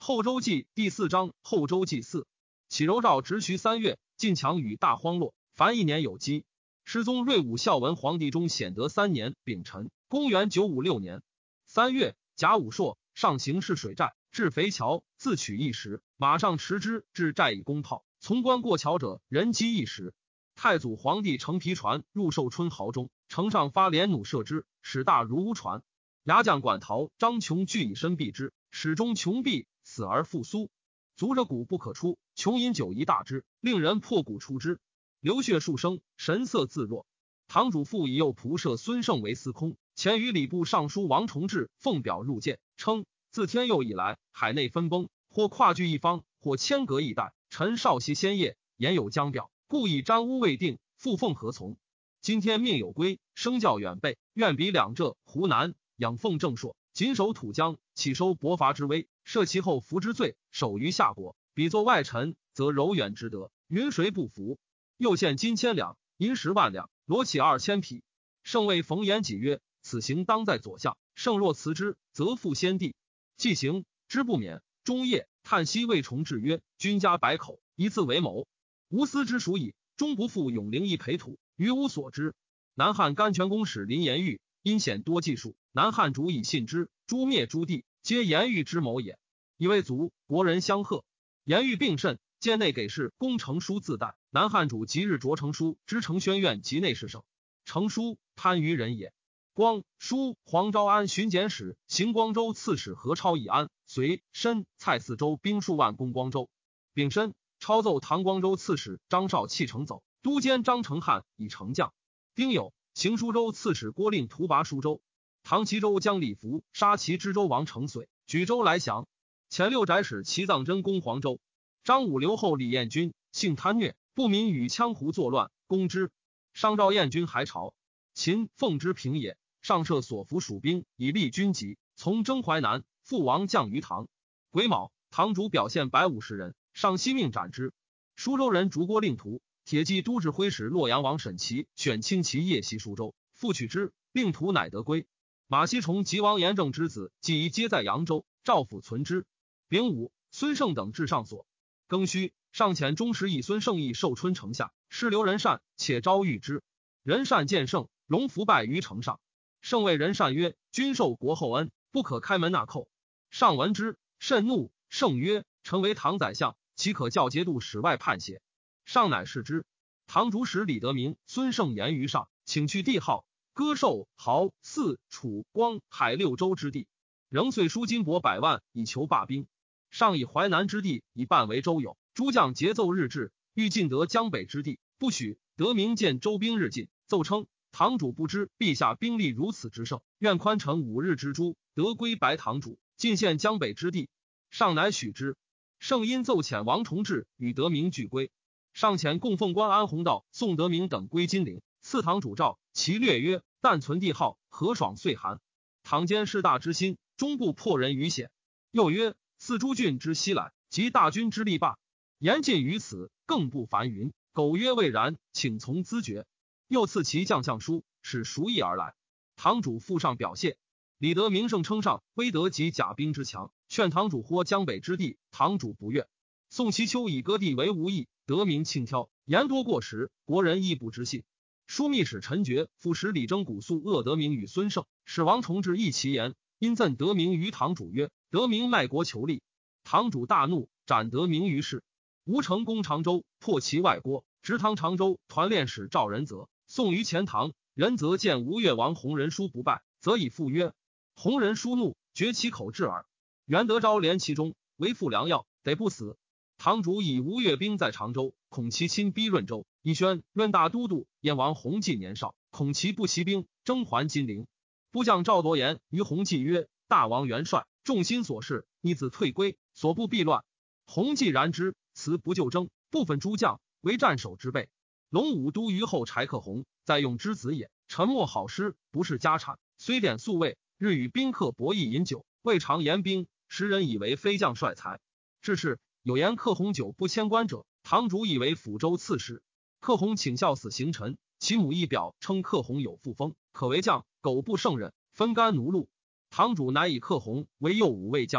后周记第4章后周记4。启柔诏直徐3月，晋强与大荒落，凡1年有基。世宗睿武孝文皇帝中显德3年丙辰，公元956年3月，甲午朔，上行市水寨，至肥桥，自取一石，马上持之，至寨以攻炮。从关过桥者，人击一石。太祖皇帝乘皮船入寿春壕中，城上发连弩射之，使大如乌船。牙将管陶、张琼俱以身避之，始终穷毙，死而复苏。足者骨不可出，穷饮酒一大之，令人破骨出之，流血数升，神色自若。堂主父以右仆射孙胜为司空，前与礼部尚书王重治奉表入谏，称自天佑以来，海内分崩，或跨据一方，或牵隔一带。臣少习先业，言有将表，故以沾污未定，复奉何从？今天命有归，生教远备，愿比两浙、湖南养奉正朔，谨守土疆，岂收薄伐之威，赦其后服之罪，守于下国。比作外臣，则柔远之德，云谁不服？又献金1,000两，银10万两，罗绮2000匹。圣谓冯延己曰：此行当在左相，圣若辞之，则负先帝。既行之不免。中夜，叹息魏重治曰：君家百口，以自为谋，无私之属矣。终不复永陵一培土，于无所知。南汉甘泉公使林延玉因显多技术，南汉主以信之，诛灭诸帝，皆延玉之谋也。以为卒，国人相贺。延玉病甚，监内给事公成书自带。南汉主即日着成书之承宣院及内侍省。成书潘禺人也。光书黄昭安巡检使，行光州刺史何超以安，随申蔡4州兵数万攻光州。丙申，超奏唐光州刺史张绍弃城走，都监张承汉以成将。丁酉，行舒州刺史郭令图拔舒州。唐齐州将李福杀齐知州王承绥，举州来降。前6宅使齐藏真攻黄州。张武留后李彦军，性贪虐，不民与羌胡作乱，攻之。商召彦军还朝。秦奉之平也，上设所服蜀兵，以立军籍，从征淮南，父王降于唐。癸卯，堂主表现150人，上悉命斩之。舒州人竹郭令图、铁骑都指挥使洛阳王沈琦选轻骑夜袭舒州，复取之，令图乃得归。马希崇及王延政之子既宜皆在扬州，赵府存之。丙午，孙胜等至上所。庚戌，上遣中使以孙胜义寿春城下，师留仁善，且招谕之。仁善见胜，荣服拜于城上。胜谓仁善曰：君受国厚恩，不可开门纳寇。上闻之，甚怒。胜曰：臣为唐宰相，岂可教节度使外叛邪？上乃视之。唐主使李德明、孙胜言于上，请去帝号，割授濠、泗、楚、光、海6州之地，仍遂输金帛100万以求罢兵。上以淮南之地以半为州有，诸将节奏日至，欲尽得江北之地，不许。德明见州兵日进，奏称堂主不知陛下兵力如此之盛，愿宽臣5日之诛，得归白堂主，尽献江北之地。上乃许之。圣因奏遣王重治与德明俱归。上遣供奉官安弘道、宋德明等归金陵，赐堂主诏，其略曰：但存帝号，何爽岁寒。堂间事大之心，终不迫人于险。又曰：四诸郡之西来，及大军之力霸，言尽于此，更不凡云。苟曰未然，请从咨决。又赐其将相书，使熟议而来。堂主附上表谢。李德明盛称上威德及甲兵之强，劝堂主豁江北之地，堂主不悦。宋其丘以割地为无益，德明轻佻，言多过时，国人亦不知信。枢密使陈觉副使李征古诉恶德明与孙胜，使王重治议其言，因赠德明于堂主曰：德明卖国求利。堂主大怒，斩德明于市。吴成攻常州，破其外郭，直唐常州团练使赵仁泽，送于前堂。仁泽见吴越王弘仁书不败，则以复曰：弘仁书怒，绝其口至耳。袁德昭连其中，为父良药，得不死。堂主以吴越兵在常州，恐其亲逼润州，以宣润大都督燕王弘济年少，恐其不齐兵，征还金陵。部将赵铎言于弘济曰：大王元帅，众心所事，逆子退归，所不必乱。弘济然之，辞不就征，部分诸将为战守之备。龙武都虞后柴克弘在用之子也，沉默好施，不是家产，虽典宿卫，日与宾客博弈饮酒，未尝言兵，时人以为非将帅才。至是有言克弘酒不迁官者，堂主以为抚州刺史。克弘请效死行臣，其母一表称克弘有复风，可为将，苟不胜任，分甘奴禄。堂主乃以克弘为右武卫将军，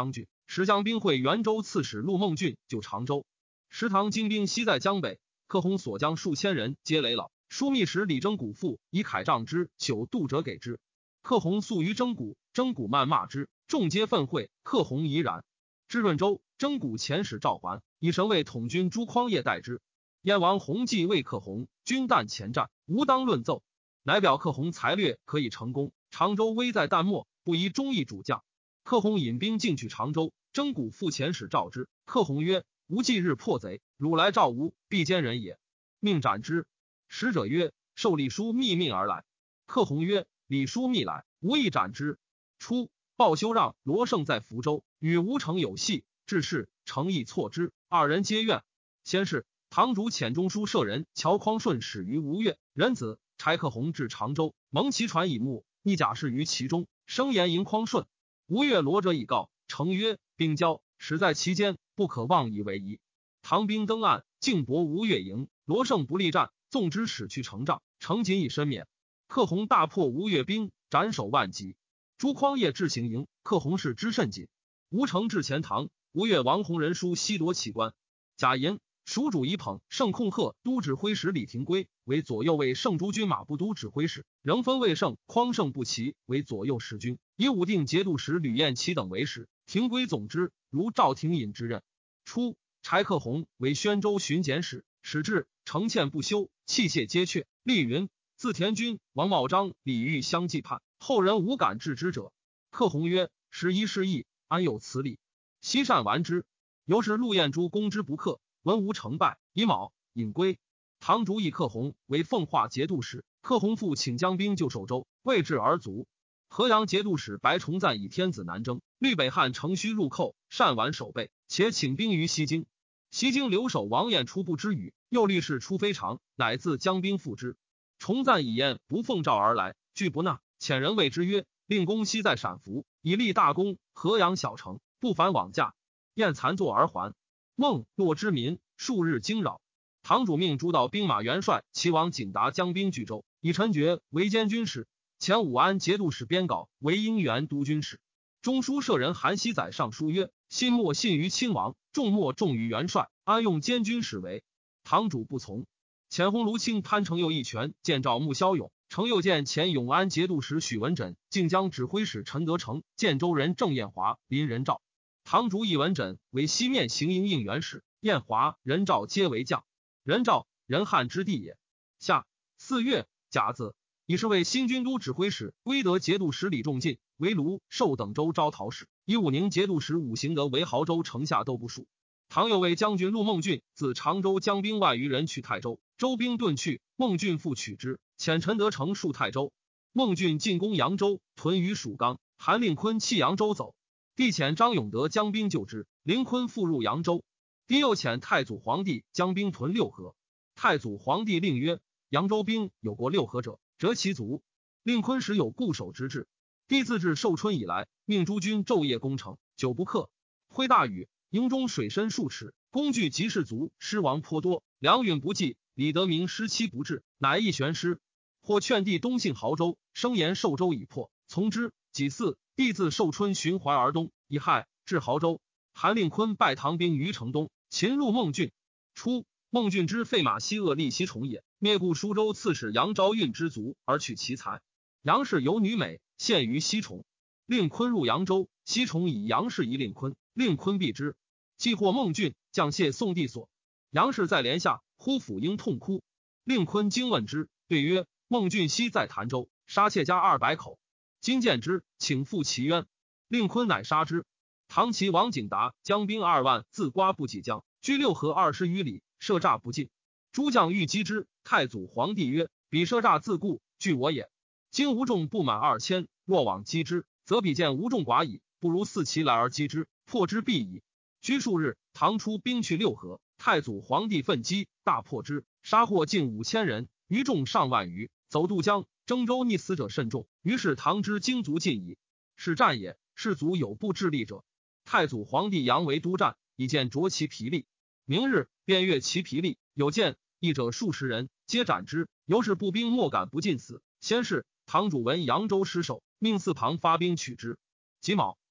使将兵会元州刺史陆孟俊救常州。时唐精兵西在江北，克洪所将数千人皆累老。枢密使李征古父以铠杖之，求度者给之。克洪素于征古，征古谩骂之，众皆愤恚。克洪怡然。至润州，征古遣使赵还，以神卫统军朱匡业代之。燕王弘济谓克洪，军旦前战，无当论奏。乃表克洪才略可以成功。常州危在旦末，不宜忠义主将。克洪引兵进取常州，征古复遣使召之。克洪曰：吾既日破贼，汝来召吾，必奸人也，命斩之。使者曰：受礼书密命而来。克洪曰：礼书密来，无意斩之。初，鲍修让、罗胜在福州，与吴成有隙，致仕，诚意错之，二人皆怨。先是，堂主遣中书舍人乔匡顺始于吴越，人子柴克洪至常州，蒙其传以目，逆甲士于其中，声言迎匡顺。吴越罗者以告，成曰：兵交，始在其间，不可妄以为宜。唐兵登岸，竟搏吴越营，罗胜不力战，纵之使去成帐，成仅以身免。克洪大破吴越兵，斩首万级。朱匡业至行营，克洪氏之甚紧。吴成至钱塘，吴越王弘仁书西夺其官。贾银蜀主以捧圣控贺都指挥使李廷圭为左右卫圣诸军马步都指挥使，仍分魏胜、匡胜不齐为左右使军，以武定节度使吕彦齐等为使。廷圭总之，如赵廷隐之任。初，柴克洪为宣州巡检使，使至承欠不休，器械皆阙。立云：自田军、王茂章、李煜相继叛，后人无敢治之者。克洪曰：时移世易，安有此理？悉善玩之。由是陆彦珠攻之不克，文无成败，乙卯，引归。堂主以克洪为奉化节度使，克洪复请将兵救守州，未至而卒。河阳节度使白崇赞以天子南征，虑北汉乘虚入寇，善玩守备，且请兵于西京。西京留守王彦初不知语，又虑事出非常，乃自将兵赴之。崇赞以燕不奉诏而来，拒不纳，遣人谓之曰：令公西在陕服，以立大功，河阳小城，不反往驾。燕残坐而还。孟洛之民数日惊扰。堂主命诸道兵马元帅齐王景达将兵据州，以陈觉为监军使，前武安节度使编稿为应元都军使。中书舍人韩熙载上书曰：信莫信于亲王，重莫重于元帅，安用监军使为？堂主不从。遣鸿胪卿潘承佑一权见诏穆萧勇，承佑见前永安节度使许文枕、靖江指挥使陈德成、建州人郑彦华、林仁照。堂主以文枕为西面行营应元使，彦华、仁照皆为将。仁照，仁汉之地也。夏4月甲子，以是为新军都指挥使，归德节度使李仲进为卢寿等州招讨使，以武宁节度使武行德为亳州城下都部署。唐右卫将军陆孟俊自常州将兵万余人去泰州，州兵遁去，孟俊复取之，遣陈德成戍泰州。孟俊进攻扬州，屯于蜀冈，韩令坤弃扬州走。帝遣张永德将兵救之，凌坤复入扬州。帝又遣太祖皇帝将兵屯六合。太祖皇帝令曰：扬州兵有过六合者，折其足。令坤时有固守之志。帝自至寿春以来，命诸军昼夜攻城，久不克。挥大雨，营中水深数尺，工具及士卒失亡颇多，粮允不济。李德明失期不至，乃亦悬师。或劝帝东幸亳州，声言寿州已破，从之。己巳，帝自寿春循淮而东，乙亥至亳州。韩令坤败唐兵于城东，擒入孟俊。初，孟俊之废马西恶立西崇也，灭故舒州刺史杨昭运之族，而取其财。杨氏有女美，献于西崇。令坤入扬州，西崇以杨氏以令坤，令坤避之。既获孟俊，将谢宋帝所。杨氏在帘下，呼抚婴痛哭。令坤惊问之，对曰：孟俊昔在潭州，杀妾家200口。今见之，请复其冤。令坤乃杀之。唐齐王景达将兵2万自瓜不济江，居六合20余里，设诈不进。诸将欲击之，太祖皇帝曰：彼设诈自固，惧我也。今吴众不满2000，若往击之，则彼见吴众寡矣，不如4骑来而击之，破之必矣。居数日，唐出兵去六合，太祖皇帝奋击，大破之，杀获近5000人，余众上万余，走渡江。征州溺死者甚众，于是唐之精卒尽矣。是战也，士卒有不致力者。太祖皇帝杨为督战，以见着其皮力。明日便阅其皮力，有见一者数十人，皆斩之。由是步兵莫敢不尽死。先是，堂主闻扬州失守，命四旁发兵取之。己卯，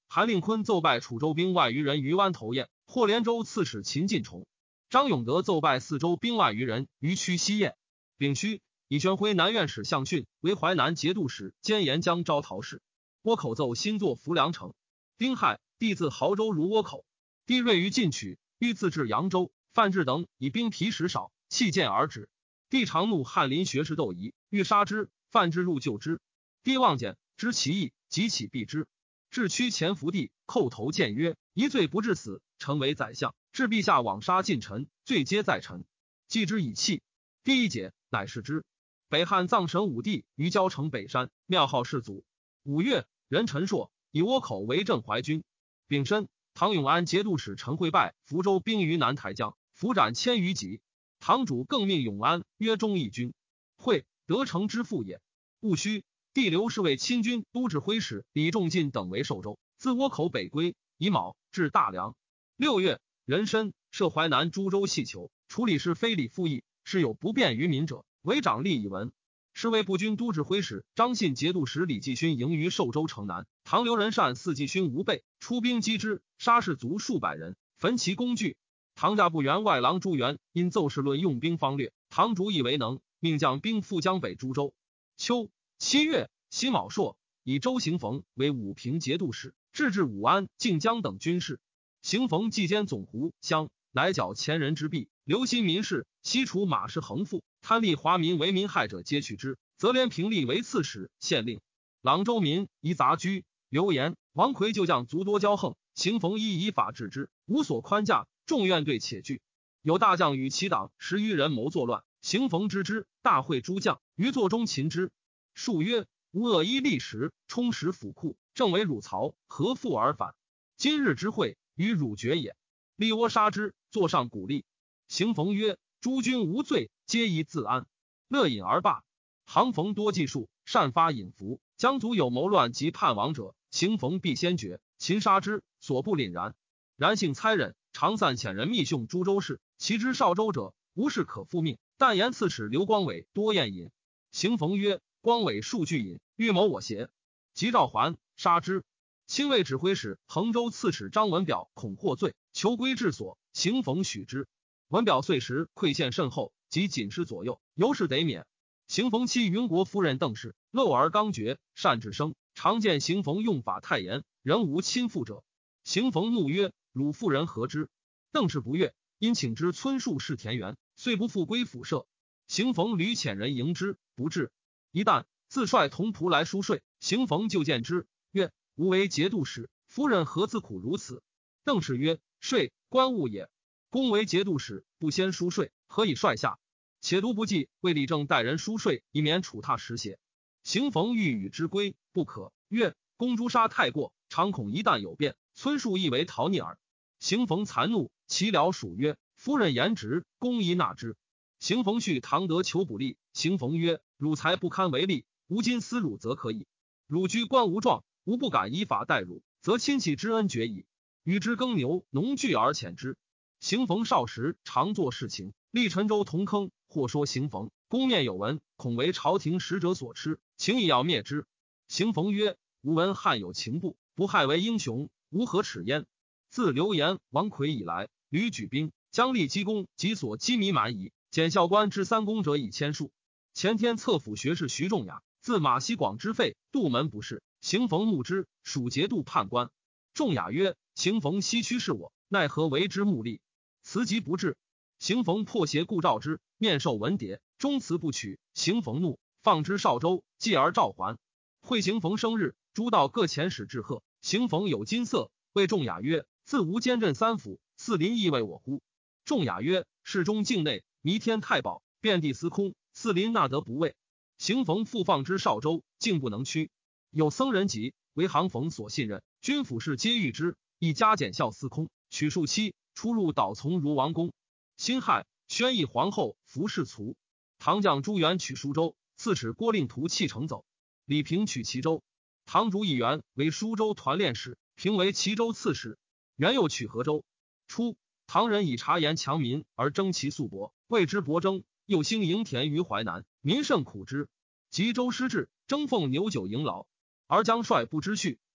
韩令坤奏拜楚州兵外余人于湾头堰，获连州刺史秦进崇。张永德奏拜四州兵外余人于曲西堰。丙戌，以宣徽南院使向训为淮南节度使兼沿江招讨使。倭口奏新作浮梁城。丁亥，帝自亳州如倭口。帝锐于进取，欲自治扬州。范质等以兵疲食少，弃剑而止。帝常怒翰林学士窦仪，欲杀之。范质入救之。帝望见，知其意，即起避之。至屈前伏帝，叩头谏曰：一罪不至死，臣为宰相，至陛下枉杀近臣，罪皆在臣。继之以弃。帝一解，乃释之。北汉葬神武帝于交城北山，庙号世祖。5月，壬辰朔，以倭口为镇淮军。丙申，唐永安节度使陈惠拜福州兵于南台江，伏斩1000余级。唐主更命永安曰忠义军。惠，得城之父也。戊戌，帝刘氏为亲军都指挥使李仲进等为寿州，自倭口北归，乙卯，至大梁。6月，壬申，设淮南诸州细囚，处理事非礼复议，是有不便于民者，为长吏以闻。是为步军都指挥使张信节度使李继勋营于寿州城南，唐刘仁善四继勋无备，出兵击之，杀士卒数百人，焚其工具。唐家部员外郎朱元因奏事论用兵方略，唐主以为能，命将兵赴江北诸州。秋7月，辛卯朔，以周行逢为武平节度使，制置武安、靖江等军事。行逢既兼总胡乡，乃剿前人之弊，留心民事，西除马氏横赋，贪利华民为民害者皆去之，则连平吏为刺史、县令。朗州民以杂居，流言王奎旧将卒多骄横，行逢依以法治之，无所宽价，众怨对且惧。有大将与其党10余人谋作乱，行逢知之，大会诸将于座中擒之。数曰：吾恶依历时，充实府库，正为汝曹，何复而反？今日之会，与汝决也。立倭杀之，坐上鼓励。行逢曰：诸君无罪，皆宜自安。乐饮而罢。行逢多计数，善发引伏，江族有谋乱及叛亡者，行逢必先决，擒杀之，所不凛然。然性猜忍，常散遣人密凶诸州事，其知少州者，无事可复命。但言刺史刘光伟多宴饮。行逢曰：光伟数具饮，欲谋我邪？即召还，杀之。亲卫指挥使衡州刺史张文表恐获罪，求归治所，行逢许之。文表遂时溃陷甚厚，及锦师左右，由是得免。行逢妻云国夫人邓氏陋而刚决，善治生，常见行逢用法太严，人无亲附者。行逢怒曰：汝妇人何之？邓氏不悦，因请之村树氏田园，遂不复归府舍。行逢屡遣人迎之，不至。一旦自率同仆来书税，行逢就见之，曰：吾为节度使，夫人何自苦如此？邓氏曰：税，官务也。公为节度使，不先书税，何以率下？且独不济，为理政代人书税，以免处榻食邪？行逢欲与之归，不可。曰：公诛杀太过，常恐一旦有变，村树亦为逃逆耳。行逢残怒，其僚属曰：夫人言直，公宜纳之。行逢续唐德求补吏，行逢曰：汝才不堪为吏，吾今私汝则可以。汝居官无状，吾不敢依法待汝，则亲戚之恩绝矣。与之耕牛农具而遣之。行逢少时常作事情，历陈州同坑，或说行逢公面有闻，恐为朝廷使者所吃，请以要灭之。行逢曰：吾闻汉有情部，不害为英雄，吾何耻焉？自刘延、王奎以来，屡举兵，将立积功及所积弥满矣。检校官之3公者以千数。前天策府学士徐仲雅，自马西广之废，杜门不仕，行逢怒之，属节度判官。仲雅曰：行逢西驱是我，奈何为之目力？辞疾不至。行逢破邪故召之，面授文牒，终辞不取。行逢怒，放之少州，继而召还。会行逢生日，诸道各遣使致贺。行逢有金色，谓仲雅曰：自无监镇3府，四邻亦为我乎？仲雅曰：世中境内，弥天太保，遍地司空，四邻纳得不畏。行逢复放之少州，竟不能屈。有僧人疾，为行逢所信任，军府事皆遇之，亦加减校司空，取数期，出入导从如王宫。辛亥，宣义皇后服侍卒。唐将朱元取舒州，刺史郭令图弃城走。李平取齐州。唐主以元为舒州团练使，平为齐州刺史。元又取河州。初，唐人以察言强民而争其素帛，谓之伯争。又兴营田于淮南，民甚苦之。及州失志，争奉牛酒迎劳，而将帅不知序，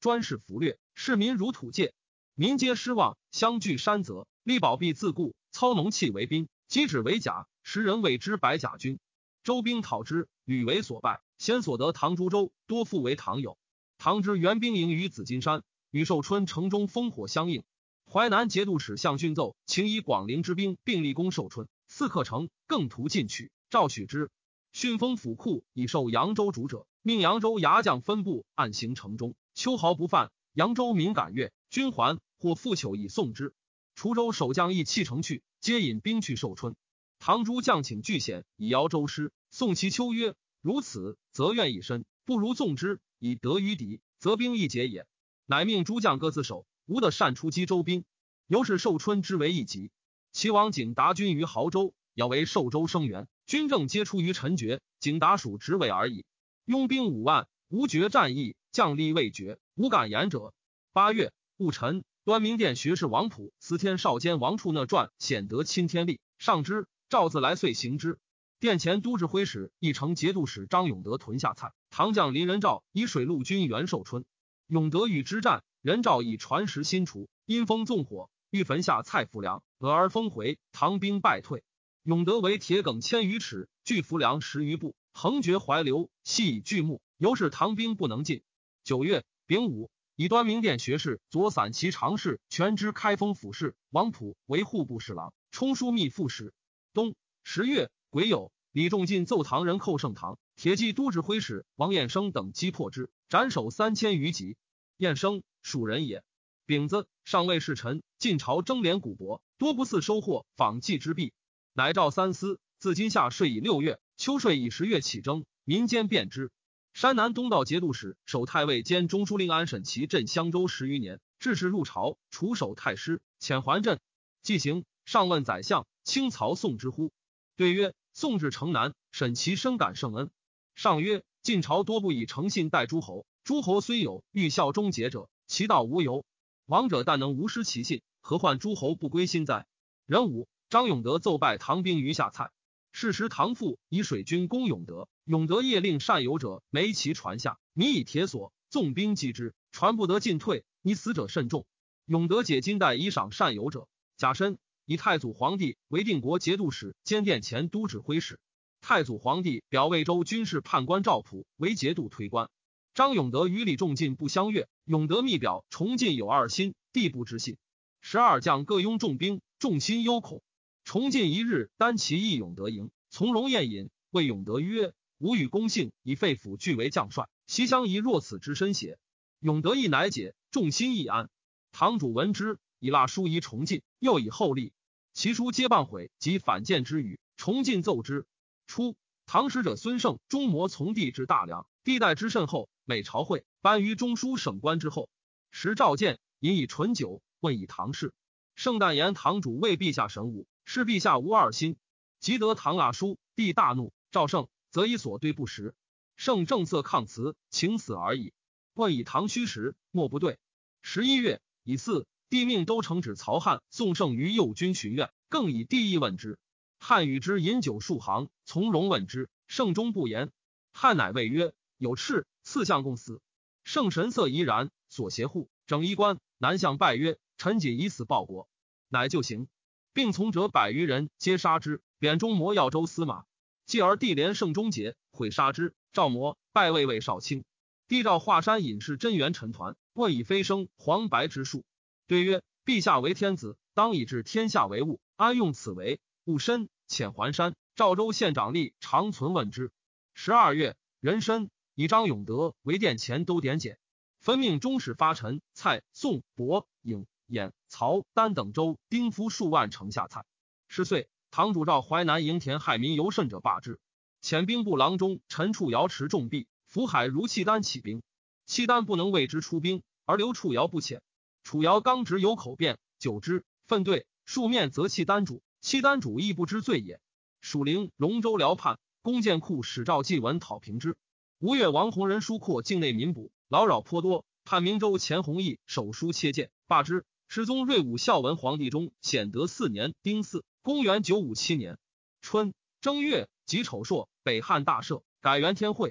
专事俘掠，市民如土芥，民皆失望，相据山泽，力保必自固，操农器为兵，击止为甲，时人谓之白甲军。周兵讨之，屡为所败，先所得唐诸州多复为唐有。唐之援兵营于紫金山，与寿春城中烽火相应。淮南节度使向训奏，请以广陵之兵并立攻寿春，四克城，更图进取，诏许之。训封府库以授扬州主者，命扬州牙将分部按行城中，秋毫不犯。扬州民感悦，军还或复求以送之。滁州守将亦弃城去，皆引兵去寿春。唐诸将请拒险，以邀州师，宋其丘曰：如此，则愿以身，不如纵之，以得于敌，则兵亦解也。乃命诸将各自守，无得擅出击周兵。由是寿春之为一急。齐王景达军于亳州，要为寿州声援，军政皆出于陈觉，景达属职位而已。拥兵5万，无决战役，将力未决，无敢言者。8月，戊辰，端明殿学士王溥、司天少监王处讷传显得钦天历，上之，诏自来遂行之。殿前都指挥使义城节度使张永德屯下蔡，唐将林仁兆以水陆军援寿春。永德与之战，仁兆以传食新除，因风纵火，欲焚下蔡浮梁，俄而封回，唐兵败退。永德为铁梗1000余尺，距浮梁10余步，横绝淮流，系以巨木，由是唐兵不能进。9月，丙午，以端明殿学士左散骑常侍全知开封府事王溥为户部侍郎，充枢密副使。冬10月，癸酉，李仲进奏唐人寇盛唐，铁骑都指挥使王彦生等击破之，斩首3000余级。彦生，蜀人也。丙子，上尉侍臣晋朝征连古帛，多不似收获仿祭之弊，乃诏三司，自今夏税以6月，秋税以10月起征，民间便之。山南东道节度使守太尉兼中书令安审其镇襄州10余年，致使入朝，除守太师，遣还镇。既行，上问宰相：清曹宋之乎？对曰：宋至城南，审其深感圣恩。上曰：晋朝多不以诚信待诸侯，诸侯虽有欲效忠节者，其道无由。王者但能无失其信，何患诸侯不归心哉？壬午，张永德奏败唐兵于下蔡。是时唐父以水军攻永德，永德夜令善游者没其船下，迷以铁索，纵兵击之，船不得进退，以死者甚众。永德解金带以赏善游者。甲申，以太祖皇帝为定国节度使兼殿前都指挥使。太祖皇帝表魏州军事判官赵普为节度推官。张永德与李仲进不相悦，永德密表崇进有2心，地不知信。12将各拥重兵，众心忧恐。崇进一日单骑诣永德营，从容宴饮，谓永德曰：吾与公信以肺腑俱为将帅，其相宜若此之身邪？永德亦乃解，众心亦安。堂主闻之，以蜡书遗崇进，又以厚利。其书皆谤毁及反间之语，崇进奏之。初，唐使者孙胜中摩从弟至大梁，帝待之甚厚，每朝会，颁于中书省官之后。时召见，饮以醇酒，问以唐事。圣诞言堂主为陛下神武，是陛下无2心。即得唐蜡书，帝大怒，赵胜则以所对不实。胜正色抗辞，请死而已。问以唐虚实，莫不对。11月，以巳，帝命都城指曹翰送胜于右军巡院，更以帝意问之。汉与之饮酒数行，从容问之，胜终不言。汉乃谓曰：有敕，赐相共死。胜神色怡然，所携户，整衣冠，南向拜曰：臣谨以死报国。乃就行，并从者100余人，皆杀之，贬中摩耀州司马。继而帝连胜终节，毁杀之。赵摩拜魏魏少卿。帝召华山隐士真元陈团，问以飞升黄白之术。对曰：陛下为天子，当以治天下为务，安用此为？戊申，遣还山。赵州县长吏常存问之。12月，壬申，以张永德为殿前都点检，分命中使发陈、蔡、宋、亳、颍、兖、曹、丹等州兵夫数万城下蔡。是岁，唐主召淮南营田害民尤甚者罢之。遣兵部郎中陈处尧持重币，福海如契丹起兵。契丹不能为之出兵，而留处尧不遣。处尧刚直有口辩，久之，愤对，数面责契丹主。契丹主亦不知罪也。属陵、龙州辽叛，弓箭库使赵继文讨平之。吴越王弘仁疏扩境内民捕，劳扰颇多，判明州钱弘毅手书切谏，罢之。世宗睿武孝文皇帝中显德4年丁巳，公元957年春正月，己丑朔，北汉大赦，改元天会。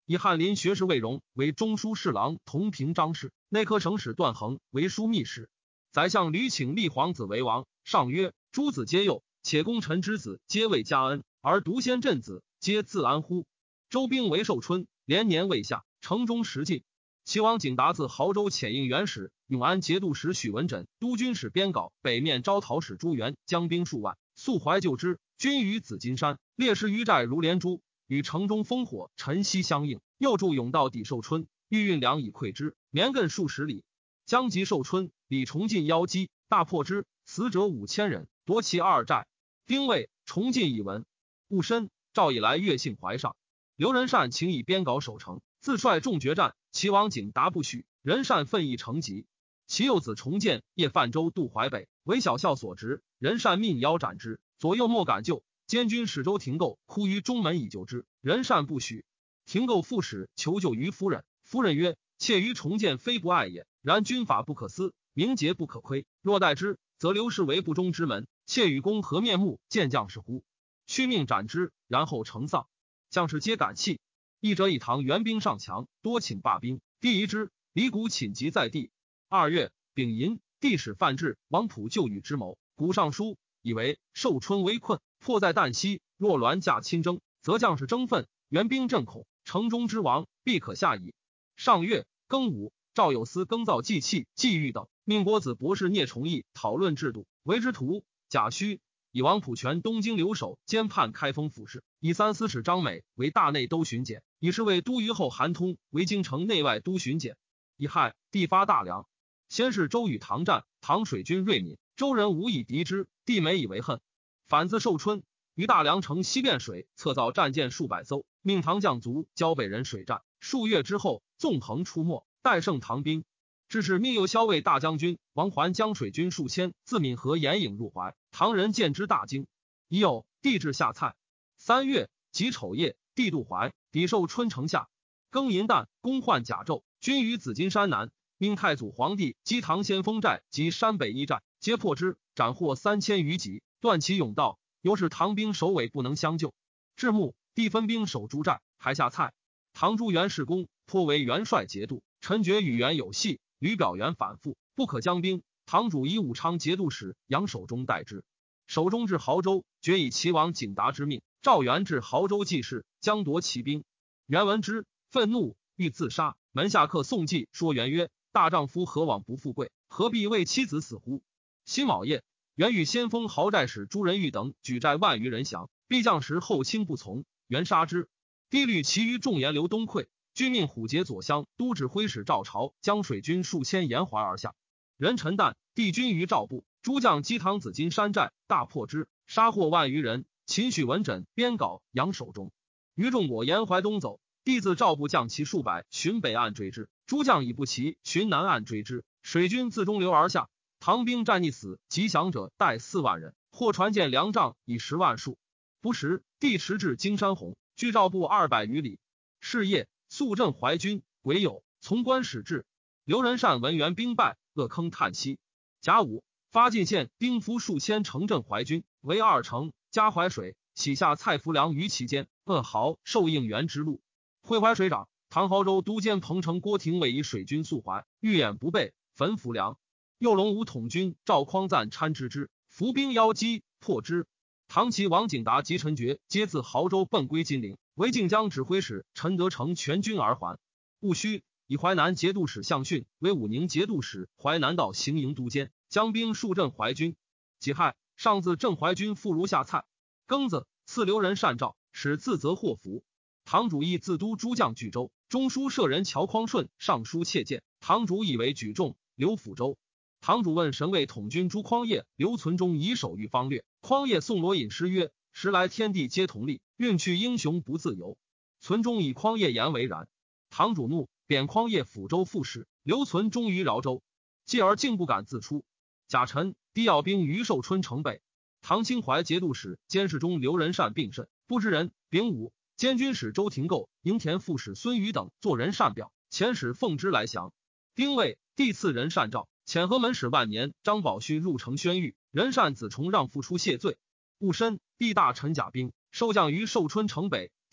以翰林学士魏荣为中书侍郎同平章事，内科省使段衡为枢密使。宰相吕请立皇子为王，上曰：诸子皆幼，且功臣之子皆为家恩，而独先朕子，皆自安乎？周兵为寿春，连年未下，城中食尽。齐王景达自亳州遣应元使、永安节度使许文枕、都军使边皋、北面招讨使朱元将兵数万，速怀救之。军于紫金山，列士于寨如连珠，与城中烽火晨曦相应。又筑甬道抵寿春，欲运粮以馈之，绵亘数十里。将及寿春，李崇进邀击，大破之，死者5000人，夺其2寨。丁未，崇进以闻。戊申，赵以来越幸怀上。刘仁善请以边皋守城，自率众决战，齐王景达不许，仁善奋意成疾。其幼子重建夜泛舟渡淮北，为小校所执，仁善命腰斩之，左右莫敢救。监军使周廷构哭于中门以救之，仁善不许。廷构复使求救于夫人，夫人曰：妾于重建非不爱也，然军法不可私，名节不可亏，若待之，则刘氏为不忠之门。妾与公何面目见将士乎？去命斩之，然后成丧。将士皆感泣。一者以唐援兵上强，多请罢兵，帝疑之，李谷寝疾在地。2月，丙寅，帝使范质、王普救禹之谋。谷上书，以为寿春围困，迫在旦夕，若栾驾亲征，则将士争愤，援兵震恐，城中之亡必可下矣。上月，庚午，赵有司耕造祭器、祭玉等，命国子博士聂崇义讨论制度，为之徒。贾诩以王普权东京留守兼判开封府事，以3司使张美为大内都巡检，以侍卫都虞候韩通为京城内外都巡检。乙亥，帝发大梁。先是周与唐战，唐水军锐敏，周人无以敌之，帝每以为恨。反自寿春，于大梁城西汴水侧造战舰数百艘，命唐将卒交北人水战。数月之后，纵横出没，待胜唐兵。致使命右骁卫大将军王环将水军数千自闽河沿颍入淮，唐人见之大惊。已有帝至下蔡。3月己丑夜，帝渡淮，抵寿春城下。庚寅旦，攻换甲胄，军于紫金山南，命太祖皇帝击唐先锋寨及山北一寨，皆破之，斩获3000余级，断其甬道。由是唐兵首尾不能相救。至暮，帝分兵守诸寨，还下蔡。唐朱元世功，颇为元帅节度，臣觉与元有隙，吕表元反复，不可将兵。唐主以武昌节度使杨守忠代之。守忠至亳州，决以齐王景达之命，赵元至亳州济事，将夺其兵。元闻之，愤怒，欲自杀。门下客宋季说元曰：大丈夫何往不富贵，何必为妻子死乎？辛卯夜，元与先锋亳寨使朱仁玉等举寨万余人降，逼将时后卿不从，元杀之。帝虑其余众沿流东溃，均命虎节左相都指挥使赵朝将水军数千沿淮而下。壬辰旦，帝军于赵部，诸将击唐紫金山寨，大破之，杀获万余人。秦许文枕、边皋、杨守忠于众果沿淮东走，帝自赵部将其数百寻北岸追之，诸将以不齐，寻南岸追之，水军自中流而下。唐兵战溺死及降者带4万人，或船舰粮帐以10万数。不时，帝驰至金山洪，距赵部200余里。是夜，肃镇淮军，癸酉，从官使至。刘仁善闻援兵败，恶坑叹息。甲午，发晋县兵符数千城镇淮军，为2城，加淮水，洗下蔡浮梁于其间，扼濠受应援之路。会淮水长，唐亳州都监彭城郭廷伟以水军速淮，欲掩不备，焚浮梁。右龙武统军赵匡赞参之之，伏兵邀击，破之。唐齐王景达及陈觉皆自亳州奔归金陵，为靖江指挥使陈德成全军而还。戊戌，以淮南节度使项逊为武宁节度使淮南道行营都监，将兵数镇淮军。己亥，上自镇淮军复如下蔡。庚子，赐刘仁善诏，使自责祸福。唐主义自都诸将据州，中书舍人乔匡顺上书切谏，唐主以为举重，留抚州。唐主问神卫统军朱匡业、刘存忠以守御方略，匡业宋罗隐诗曰：时来天地皆同力，运去英雄不自由。存忠以匡业言为然。唐主怒，贬匡业抚州副使，刘存忠于饶州，继而竟不敢自出。甲辰，帝要兵于寿春城北。唐清淮节度使监视中刘仁善病甚，不知人。丙午，监军使周廷构、营田副使孙宇等作仁善表，遣使奉之来降。丁未，帝赐仁善诏，遣河门使万年张宝勋入城宣谕，仁善子重让复出谢罪。戊申，帝大陈甲兵，收将于寿春城北，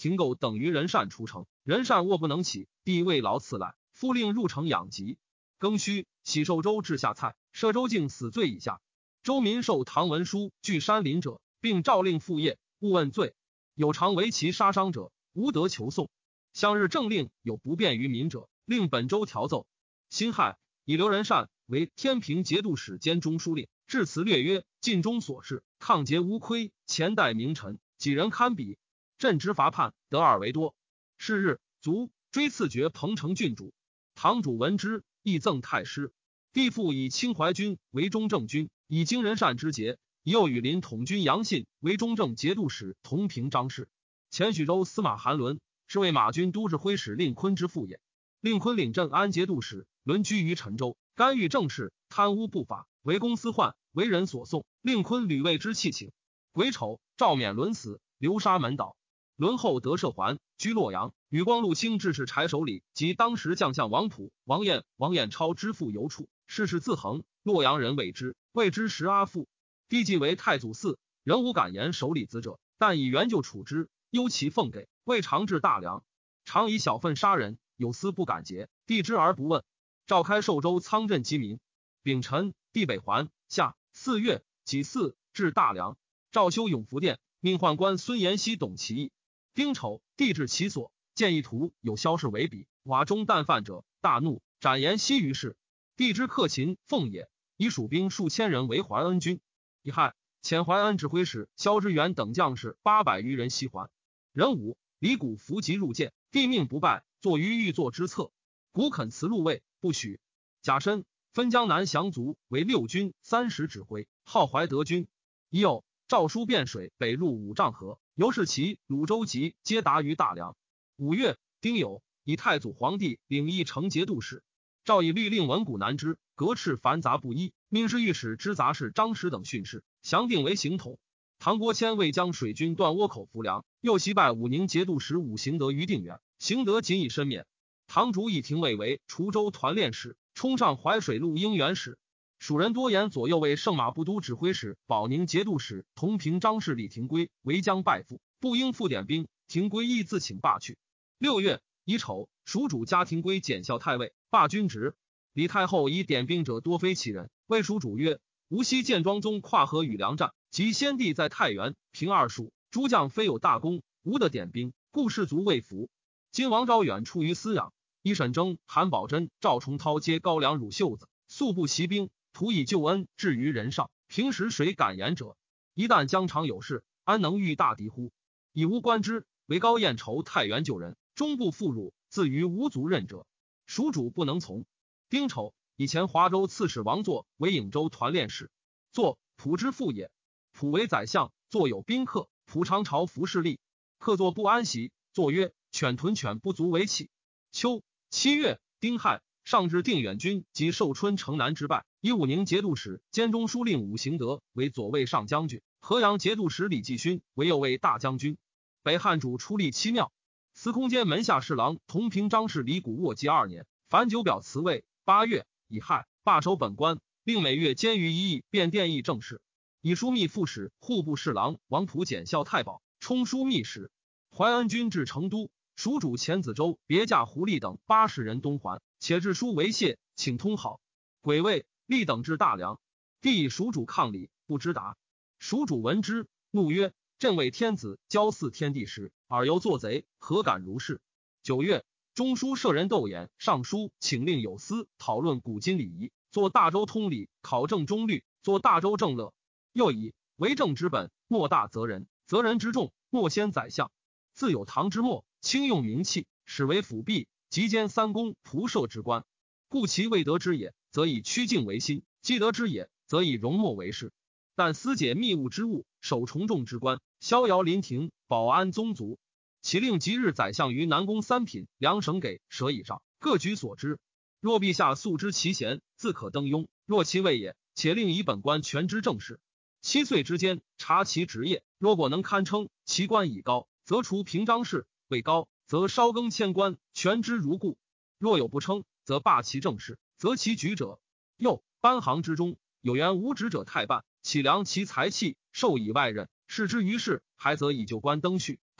廷构等于人善出城，人善卧不能起，必未劳赐来，夫令入城养疾。庚戌，喜寿州治下蔡，赦州境死罪以下。州民受唐文书据山林者，并诏令复业，勿问罪。有常为其杀伤者，无得求讼。向日政令有不便于民者，令本州调奏。辛亥，以刘仁善为天平节度使兼中书令，致辞略曰：晋中所事，抗节无亏，前代名臣，几人堪比。朕执伐叛，得尔为多。是日，卒，追赐爵彭城郡主。堂主闻之，亦赠太师。帝父以清淮军为中正军，以经仁善之节，又与临统军杨信为中正节度使同平章事。前许州司马韩伦是为马军都指挥使令坤之父也。令坤领镇安节度使，轮居于陈州，干预政事，贪污不法，为公私患，为人所讼。令坤屡为之弃请。癸丑，赵冕伦死，流沙门岛。伦后得赦还，居洛阳。与光禄卿致使柴守礼及当时将相王普、王彦超之父游处，事事自恒。洛阳人谓之食阿父。帝既为太祖嗣，仍无敢言守礼子者，但以援救处之，忧其奉给，未尝至大梁。常以小份杀人，有司不敢节，帝知而不问。召开寿州仓镇饥民。丙辰，帝北还。夏4月己巳，至大梁。诏修永福殿，命宦官孙延熙懂其意。丁丑，帝至其所，见一图有萧氏为笔，瓦中啖饭者，大怒，斩延熙于市。帝之克勤奉也，以蜀兵数千人为淮恩军。乙亥，遣淮安指挥使萧之元等将士800余人西还。壬午，李谷伏击入见，帝命不败，坐于御座之侧。谷肯辞禄位，不许。甲申，分江南降卒为6军30指挥，号怀德军。已有诏书汴水北入五丈河，由是其鲁州籍皆达于大梁。5月，丁酉，以太祖皇帝领议成节度使。诏以律令文谷南之，革斥繁杂不一，命侍御史之杂事张实等训示，详定为行统。唐国谦为将水军断倭口浮梁，又袭败武宁节度使武行德于定远，行德仅以身免。唐主以廷尉为滁州团练使，冲上淮水路应援使。蜀人多言左右为圣马步都指挥使、保宁节度使同平章事李廷圭为将败父，不应复点兵，廷圭亦自请罢去。6月，乙丑，蜀主加廷圭检校太尉，罢军职。李太后以点兵者多非其人，谓蜀主曰：吾昔见庄宗跨河与梁战，及先帝在太原平二蜀，诸将非有大功，无得点兵，故士卒未服。今王昭远出于私养，一沈征、韩宝珍、赵重涛皆高粱乳袖子，素不习兵，图以救恩至于人上，平时谁敢言者？一旦疆场有事，安能御大敌乎？以无官之，为高彦筹太原救人，终不复辱，自于无足任者，蜀主不能从。丁丑，以前华州刺史王作为颍州团练使，作溥之父也。溥为宰相，作有宾客，溥常朝服侍吏，客坐不安席。作曰：犬屯犬不足为器。秋7月，丁亥，上至定远军及寿春城南之败，以武宁节度使兼中书令武行德为左卫上将军，河阳节度使李继勋为右卫大将军。北汉主出力7庙。司空监门下侍郎同平章事李谷卧疾2年，凡九表辞位。8月，乙亥，罢守本官，令每月监于1亿变殿议政事。以枢密副使户部侍郎王溥检校太保，充枢密使。淮安军至成都，蜀主钱子州别驾胡立等80人东还，且致书为谢，请通好。癸未，立等至大梁，帝以蜀主抗礼，不知答。蜀主闻之，怒曰：朕为天子交祀天地时，尔犹作贼，何敢如是？9月，中书舍人窦衍上书请令有司讨论古今礼仪，作大周通礼，考证中律，作大周政乐。又以为政之本，莫大责人，责人之重，莫先宰相。自有唐之末，轻用名器，始为辅弼，及兼三公仆射之官。故其未得之也，则以曲径为心；既得之也，则以容莫为事。但私解密务之物，守重重之官，逍遥临庭，保安宗族。其令即日宰相于南宫3品2省给舍以上，各举所知。若陛下素知其贤，自可登庸；若其未也，且令以本官全知政事。7岁之间，察其职业，若果能堪称，其官已高，则除平章事；未高，则稍更迁官，全之如故。若有不称，则罢其政事，则其举者。又班行之中，有原无职者太半，岂量其才气，授以外任，视之于事，还则以旧官登序，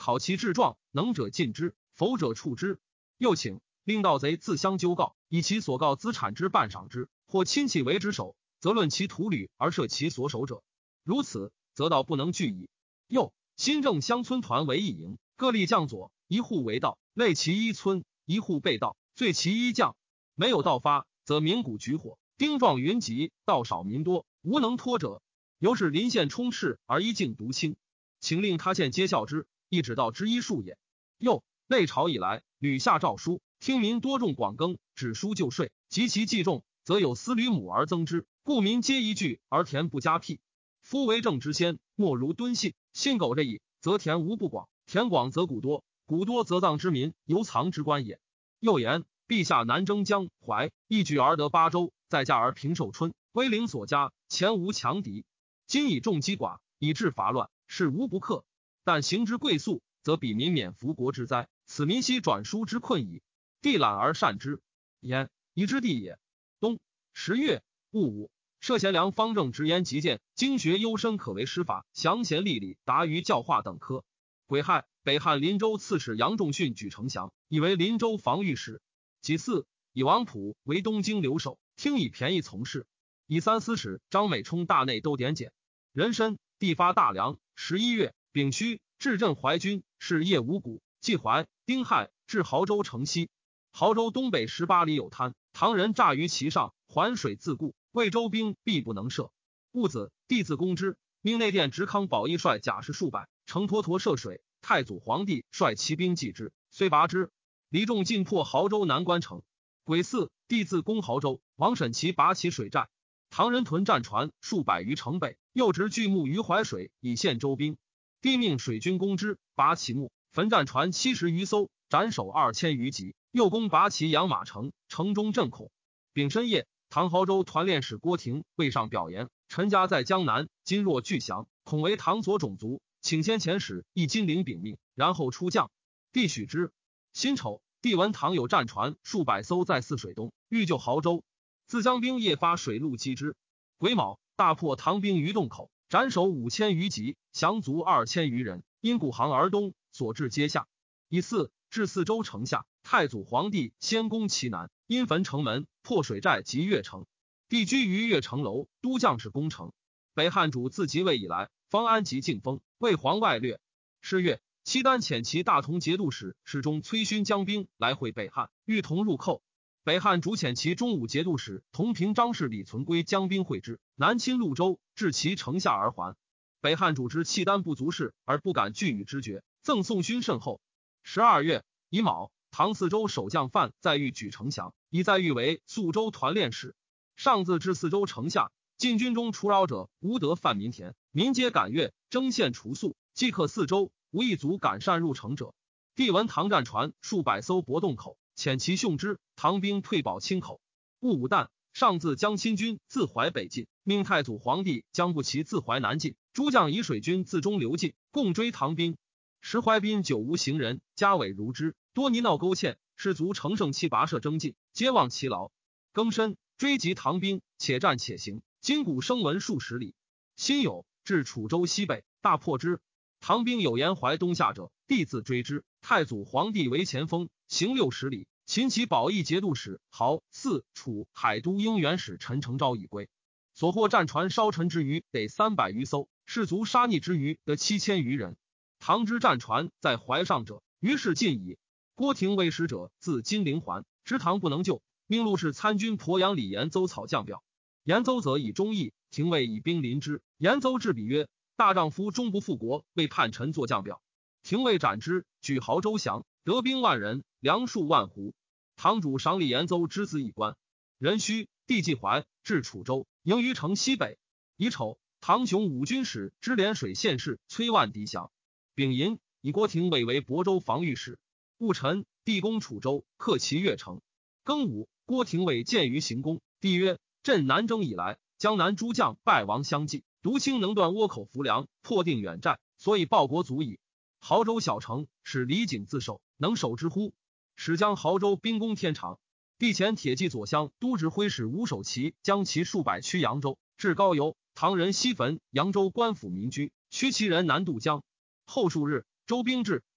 考其志壮，能者进之，否者处之。又请令盗贼自相纠告，以其所告资产之半赏之，或亲戚为之首，则论其土履而赦其所守者。如此，则道不能拒矣。又新郑乡村团为一营，各立将佐，一户为道，类其一村，一户被盗，罪其一将。没有盗发，则鸣鼓举火，丁壮云集，道少民多，无能托者。由是临县充斥而一境独清，请令他县皆效之，亦指道之一数也。又内朝以来，屡下诏书，听民多种广耕，止书就税，及其计重，则有司吕母而增之，故民皆一句而田不加辟。夫为政之先，莫如敦信，信苟着矣，则田无不广，田广则谷多，谷多则藏之民犹藏之官也。又言陛下南征江淮，一举而得8州，再加而平寿春，威灵所加，前无强敌。今以众击寡，以致伐乱，是无不克。但行之贵速，则比民免服国之灾，此民悉转输之困矣。地懒而善之，焉宜之地也。冬10月戊午，涉贤良方正直言极谏，经学幽深，可为师法，详贤历礼达于教化等科。癸亥，北汉临州刺史杨仲训举丞相，以为临州防御使。己巳，以王溥为东京留守，听以便宜从事。以3司使张美充大内都点检。壬申，地发大梁。11月丙戌，至镇淮军，是夜五谷。季淮，丁亥，至亳州城西。亳州东北18里有滩，唐人诈于其上，环水自固，魏州兵必不能射。戊子，帝自攻之，命内殿直康保义率甲士数百，乘沱沱涉水。太祖皇帝率骑兵继之，虽拔之。黎仲进破亳州南关城。癸巳，帝自攻亳州，王审其拔起水战。唐人屯战船数百于城北，又执巨木于淮水，以陷州兵。帝命水军攻之，拔其木，焚战船70余艘，斩首2000余级。又攻拔其养马城，城中震恐。丙申夜，唐亳州团练使郭廷未上表言：臣家在江南，今若拒降，恐为唐所种族，请先遣使一金陵禀命，然后出将。帝许之。辛丑，帝闻唐有战船数百艘在泗水东，欲救亳州，自将兵夜发水陆击之。癸卯，大破唐兵于洞口，斩首5000余级，降卒2000余人，因古航而东，所至皆下。以巳，至泗州城下，太祖皇帝先攻其南，因焚城门，破水寨及越城。帝居于越城楼，都将士攻城。北汉主自即位以来，方安及靖丰，为皇外略。是月，契丹遣其大同节度使侍中崔勋将兵来会北汉，欲同入寇。北汉主遣其中武节度使同平章事李存圭将兵会之，南侵潞州，至其城下而还。北汉主知契丹不足事，而不敢拒与之决，赠宋勋甚厚。12月乙卯，唐泗州守将范在豫举丞相，以在豫为宿州团练使。上自至泗州城下，晋军中除扰者无得犯民田，民皆感悦，征献除宿，即克泗州，无一卒敢擅入城者。帝闻唐战船数百艘泊洞口，遣其殉之，唐兵退保清口。戊午旦，上自将亲军自淮北进，命太祖皇帝将步骑自淮南进，诸将以水军自中流进，共追唐兵。时淮滨久无行人，家委如之，多泥淖沟堑，士卒乘胜其跋涉征进，皆忘其劳。庚申，追击唐兵，且战且行，金鼓声闻数十里。辛酉，至楚州西北，大破之。唐兵有沿淮东下者，帝自追之。太祖皇帝为前锋，行60里，秦其保义节度使濠、泗、楚、海都应元使陈承昭已归。所获战船烧沉之余得300余艘，士卒杀逆之余得7000余人。唐之战船在淮上者，于是尽矣。郭廷为使者自金陵还，知唐不能救，命陆氏参军鄱阳李延邹草将表。延邹则以忠义，廷尉以兵临之。延邹致笔曰：大丈夫终不复国，为叛臣作将表。廷尉斩之，举亳州降，得兵万人，粮数万斛。唐主赏李延邹之子以官。壬戌，帝继淮，至楚州，营于城西北。乙丑，唐雄武军使知涟水县事崔万敌降。丙寅，以郭廷尉为亳州防御使。戊辰，帝攻楚州，克其越城。庚午，郭廷尉见于行宫，帝曰：朕南征以来，江南诸将败亡相继，独卿能断倭口浮梁，破定远寨，所以报国足矣。亳州小城，使李景自守，能守之乎？使将亳州兵攻天长。帝遣铁骑左相都指挥使吴守奇将其数百驱扬州，至高邮，唐人西焚扬州官府民居，驱其人南渡江。后数日，州兵至，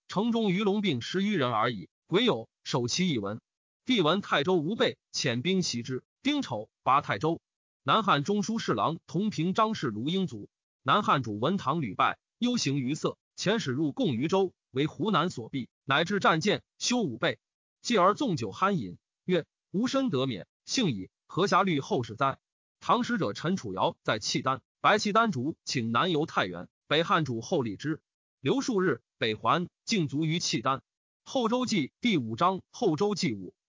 城中鱼龙并10余人而已，癸酉，守其一文。帝闻泰州无备，遣兵袭之。丁丑，拔泰州。南汉中书侍郎同平张氏卢英卒。南汉主文唐屡败，忧形于色，遣使入贡于州，为湖南所避，乃至战舰，修武备。继而纵酒酣饮，曰：吾身得免，幸矣，何暇虑后事哉？唐使者陈楚尧在契丹，白契丹主请南游太原，北汉主后立之。留数日，北还，尽卒于契丹。后周记第5章后周记5。